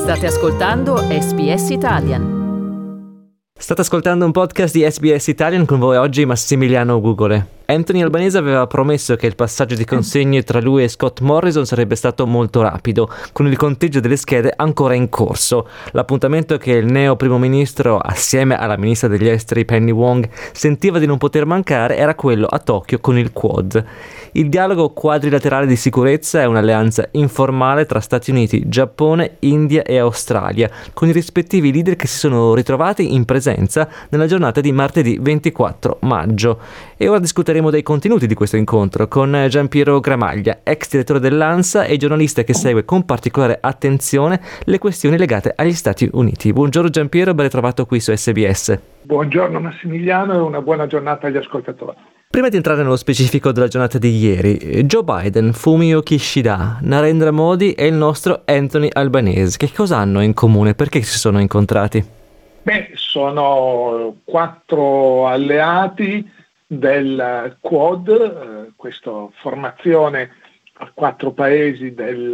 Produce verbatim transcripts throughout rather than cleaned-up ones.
State ascoltando S B S Italian. State ascoltando un podcast di S B S Italian, con voi oggi Massimiliano Gugole. Anthony Albanese aveva promesso che il passaggio di consegne tra lui e Scott Morrison sarebbe stato molto rapido, con il conteggio delle schede ancora in corso. L'appuntamento che il neo primo ministro, assieme alla ministra degli esteri Penny Wong, sentiva di non poter mancare era quello a Tokyo con il Quad. Il dialogo quadrilaterale di sicurezza è un'alleanza informale tra Stati Uniti, Giappone, India e Australia, con i rispettivi leader che si sono ritrovati in presenza nella giornata di martedì ventiquattro maggio. E ora discuteremo dei contenuti di questo incontro con Giampiero Gramaglia, ex direttore dell'ANSA e giornalista che segue con particolare attenzione le questioni legate agli Stati Uniti. Buongiorno Giampiero, ben ritrovato qui su S B S. Buongiorno Massimiliano e una buona giornata agli ascoltatori. Prima di entrare nello specifico della giornata di ieri, Joe Biden, Fumio Kishida, Narendra Modi e il nostro Anthony Albanese, che cosa hanno in comune? Perché si sono incontrati? Beh, sono quattro alleati del Quad, eh, questa formazione a quattro paesi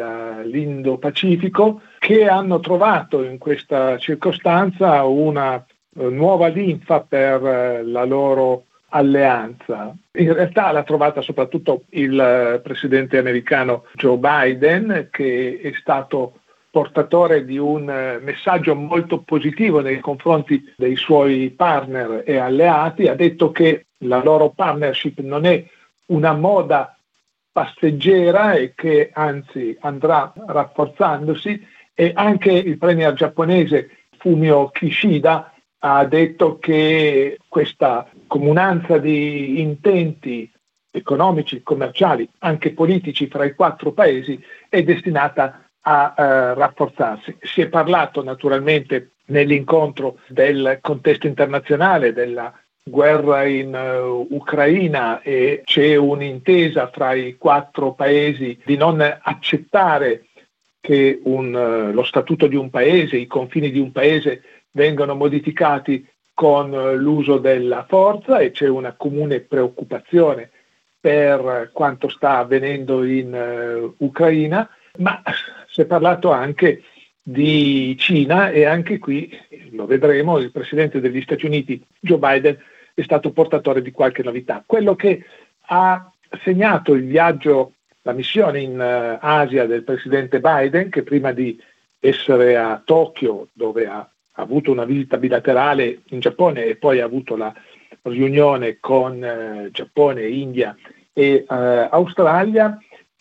dell'Indo-Pacifico, che hanno trovato in questa circostanza una eh, nuova linfa per eh, la loro alleanza. In realtà l'ha trovata soprattutto il eh, presidente americano Joe Biden, che è stato portatore di un eh, messaggio molto positivo nei confronti dei suoi partner e alleati. Ha detto che la loro partnership non è una moda passeggera e che anzi andrà rafforzandosi, e anche il premier giapponese Fumio Kishida ha detto che questa comunanza di intenti economici, commerciali, anche politici fra i quattro paesi è destinata a eh, rafforzarsi. Si è parlato naturalmente nell'incontro del contesto internazionale, della guerra in uh, Ucraina, e c'è un'intesa fra i quattro paesi di non accettare che un, uh, lo statuto di un paese, i confini di un paese vengano modificati con uh, l'uso della forza, e c'è una comune preoccupazione per quanto sta avvenendo in uh, Ucraina, ma si è parlato anche di Cina, e anche qui, lo vedremo, il presidente degli Stati Uniti Joe Biden è stato portatore di qualche novità. Quello che ha segnato il viaggio, la missione in uh, Asia del presidente Biden, che prima di essere a Tokyo, dove ha avuto una visita bilaterale in Giappone e poi ha avuto la riunione con uh, Giappone, India e uh, Australia,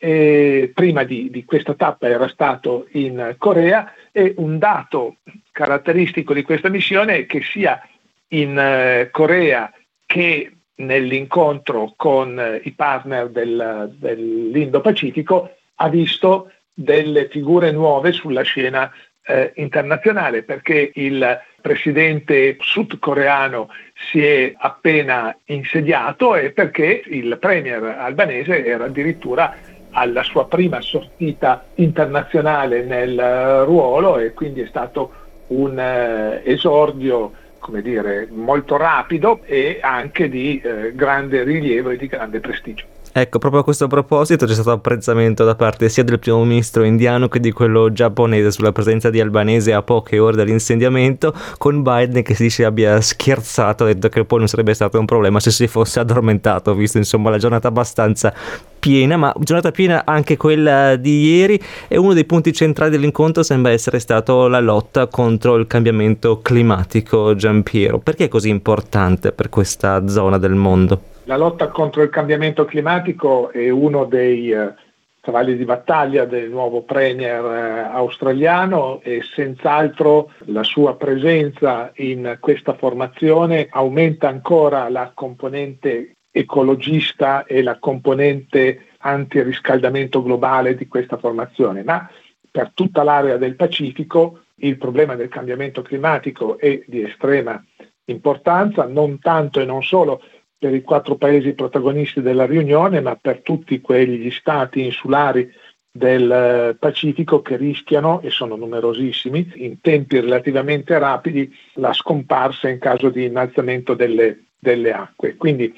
e prima di, di questa tappa era stato in Corea, e un dato caratteristico di questa missione è che sia in uh, Corea che nell'incontro con uh, i partner del, dell'Indo-Pacifico ha visto delle figure nuove sulla scena uh, internazionale, perché il presidente sudcoreano si è appena insediato e perché il premier albanese era addirittura alla sua prima sortita internazionale nel ruolo, e quindi è stato un eh, esordio, come dire, molto rapido e anche di eh, grande rilievo e di grande prestigio. Ecco, proprio a questo proposito c'è stato apprezzamento da parte sia del primo ministro indiano che di quello giapponese sulla presenza di Albanese a poche ore dall'insediamento, con Biden che si dice abbia scherzato, ha detto che poi non sarebbe stato un problema se si fosse addormentato, visto insomma la giornata abbastanza piena, ma giornata piena anche quella di ieri, e uno dei punti centrali dell'incontro sembra essere stato la lotta contro il cambiamento climatico. Giampiero, perché è così importante per questa zona del mondo? La lotta contro il cambiamento climatico è uno dei eh, cavalli di battaglia del nuovo premier eh, australiano, e senz'altro la sua presenza in questa formazione aumenta ancora la componente ecologista e la componente antiriscaldamento globale di questa formazione. Ma per tutta l'area del Pacifico il problema del cambiamento climatico è di estrema importanza, non tanto e non solo per i quattro paesi protagonisti della riunione, ma per tutti quegli stati insulari del Pacifico che rischiano, e sono numerosissimi, in tempi relativamente rapidi, la scomparsa in caso di innalzamento delle, delle acque. Quindi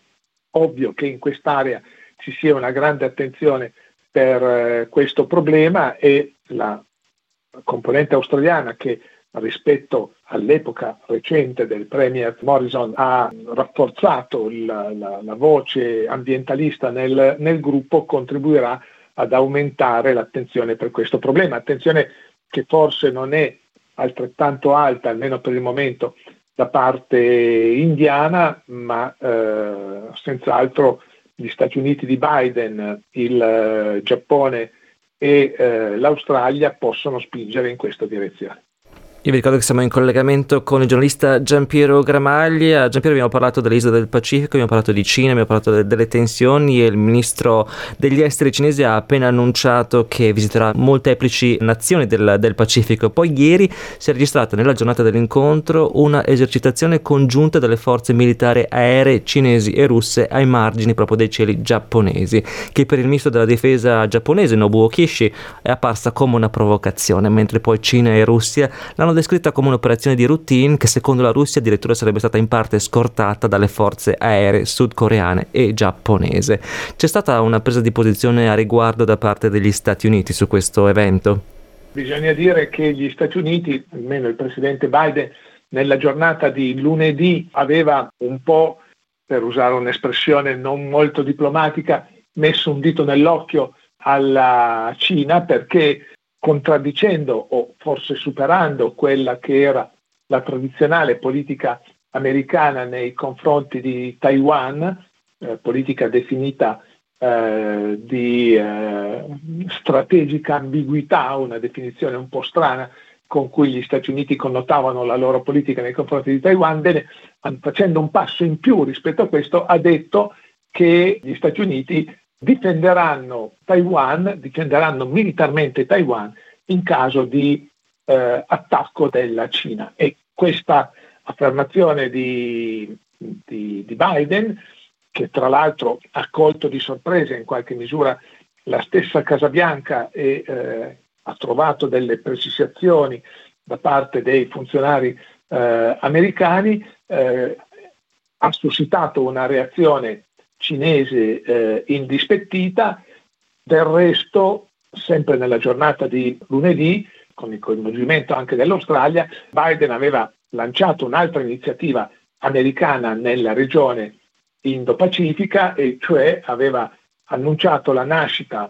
ovvio che in quest'area ci sia una grande attenzione per eh, questo problema, e la componente australiana che rispetto all'epoca recente del Premier Morrison ha rafforzato il, la, la voce ambientalista nel, nel gruppo, contribuirà ad aumentare l'attenzione per questo problema. Attenzione che forse non è altrettanto alta, almeno per il momento, da parte indiana, ma eh, senz'altro gli Stati Uniti di Biden, il eh, Giappone e eh, l'Australia possono spingere in questa direzione. Io vi ricordo che siamo in collegamento con il giornalista Giampiero Gramaglia. Giampiero, abbiamo parlato delle isole del Pacifico, abbiamo parlato di Cina, abbiamo parlato de- delle tensioni e il ministro degli esteri cinese ha appena annunciato che visiterà molteplici nazioni del, del Pacifico. Poi ieri si è registrata nella giornata dell'incontro una esercitazione congiunta delle forze militari aeree cinesi e russe ai margini proprio dei cieli giapponesi, che per il ministro della difesa giapponese Nobuo Kishi è apparsa come una provocazione, mentre poi Cina e Russia l'hanno descritta come un'operazione di routine che secondo la Russia addirittura sarebbe stata in parte scortata dalle forze aeree sudcoreane e giapponese. C'è stata una presa di posizione a riguardo da parte degli Stati Uniti su questo evento? Bisogna dire che gli Stati Uniti, almeno il presidente Biden, nella giornata di lunedì aveva un po', per usare un'espressione non molto diplomatica, messo un dito nell'occhio alla Cina, perché contraddicendo o forse superando quella che era la tradizionale politica americana nei confronti di Taiwan, eh, politica definita eh, di eh, strategica ambiguità, una definizione un po' strana con cui gli Stati Uniti connotavano la loro politica nei confronti di Taiwan. Bene, facendo un passo in più rispetto a questo, ha detto che gli Stati Uniti difenderanno Taiwan, difenderanno militarmente Taiwan in caso di eh, attacco della Cina. E questa affermazione di, di, di Biden, che tra l'altro ha colto di sorpresa in qualche misura la stessa Casa Bianca e eh, ha trovato delle precisazioni da parte dei funzionari eh, americani, eh, ha suscitato una reazione cinese eh, indispettita. Del resto, sempre nella giornata di lunedì, con il coinvolgimento anche dell'Australia, Biden aveva lanciato un'altra iniziativa americana nella regione Indo-Pacifica, e cioè aveva annunciato la nascita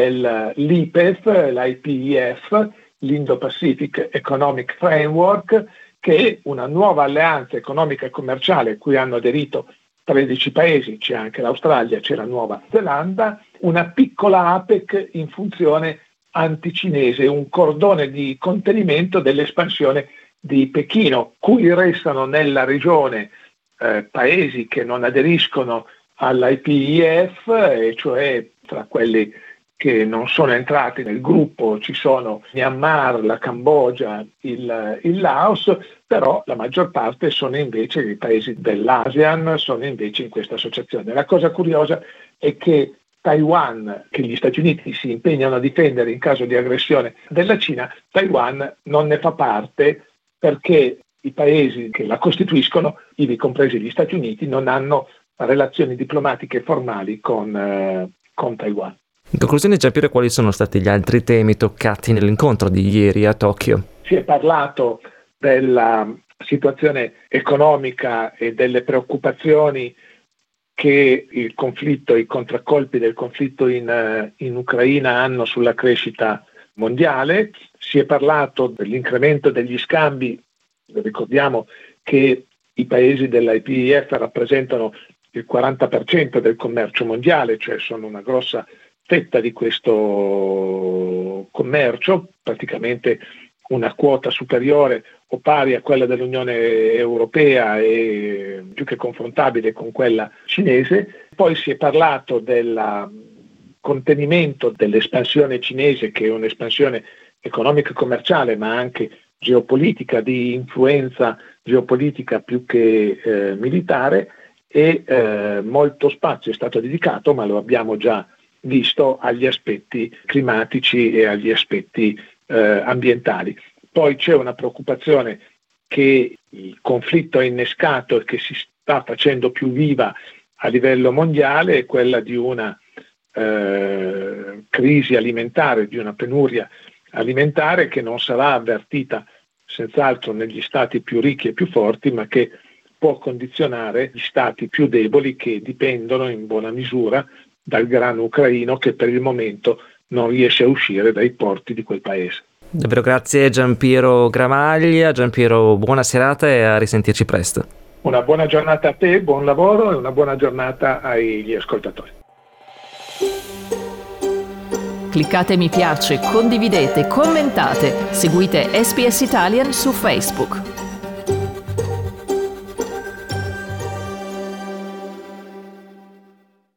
dell'I P E F, l'I P E F, l'Indo-Pacific Economic Framework, che è una nuova alleanza economica e commerciale a cui hanno aderito tredici paesi, c'è anche l'Australia, c'è la Nuova Zelanda, una piccola APEC in funzione anticinese, un cordone di contenimento dell'espansione di Pechino, cui restano nella regione eh, paesi che non aderiscono all'I P E F, e cioè tra quelli che non sono entrati nel gruppo ci sono Myanmar, la Cambogia, il, il Laos, però la maggior parte sono invece i paesi dell'ASEAN, sono invece in questa associazione. La cosa curiosa è che Taiwan, che gli Stati Uniti si impegnano a difendere in caso di aggressione della Cina, Taiwan non ne fa parte perché i paesi che la costituiscono, ivi compresi gli Stati Uniti, non hanno relazioni diplomatiche formali con, eh, con Taiwan. In conclusione, Giampiero, quali sono stati gli altri temi toccati nell'incontro di ieri a Tokyo? Si è parlato della situazione economica e delle preoccupazioni che il conflitto, i contraccolpi del conflitto in, in Ucraina hanno sulla crescita mondiale. Si è parlato dell'incremento degli scambi. Ricordiamo che i paesi dell'I P E F rappresentano il quaranta per cento del commercio mondiale, cioè sono una grossa fetta di questo commercio, praticamente una quota superiore o pari a quella dell'Unione Europea e più che confrontabile con quella cinese. Poi si è parlato del contenimento dell'espansione cinese, che è un'espansione economica e commerciale, ma anche geopolitica, di influenza geopolitica più che eh, militare, e eh, molto spazio è stato dedicato, ma lo abbiamo già visto, agli aspetti climatici e agli aspetti eh, ambientali. Poi c'è una preoccupazione che il conflitto ha innescato e che si sta facendo più viva a livello mondiale, è quella di una eh, crisi alimentare, di una penuria alimentare che non sarà avvertita senz'altro negli stati più ricchi e più forti, ma che può condizionare gli stati più deboli che dipendono in buona misura dal grano ucraino che per il momento non riesce a uscire dai porti di quel paese. Davvero grazie Giampiero Gramaglia. Giampiero, buona serata e a risentirci presto. Una buona giornata a te, buon lavoro e una buona giornata agli ascoltatori. Cliccate mi piace, condividete, commentate, seguite S B S Italian su Facebook.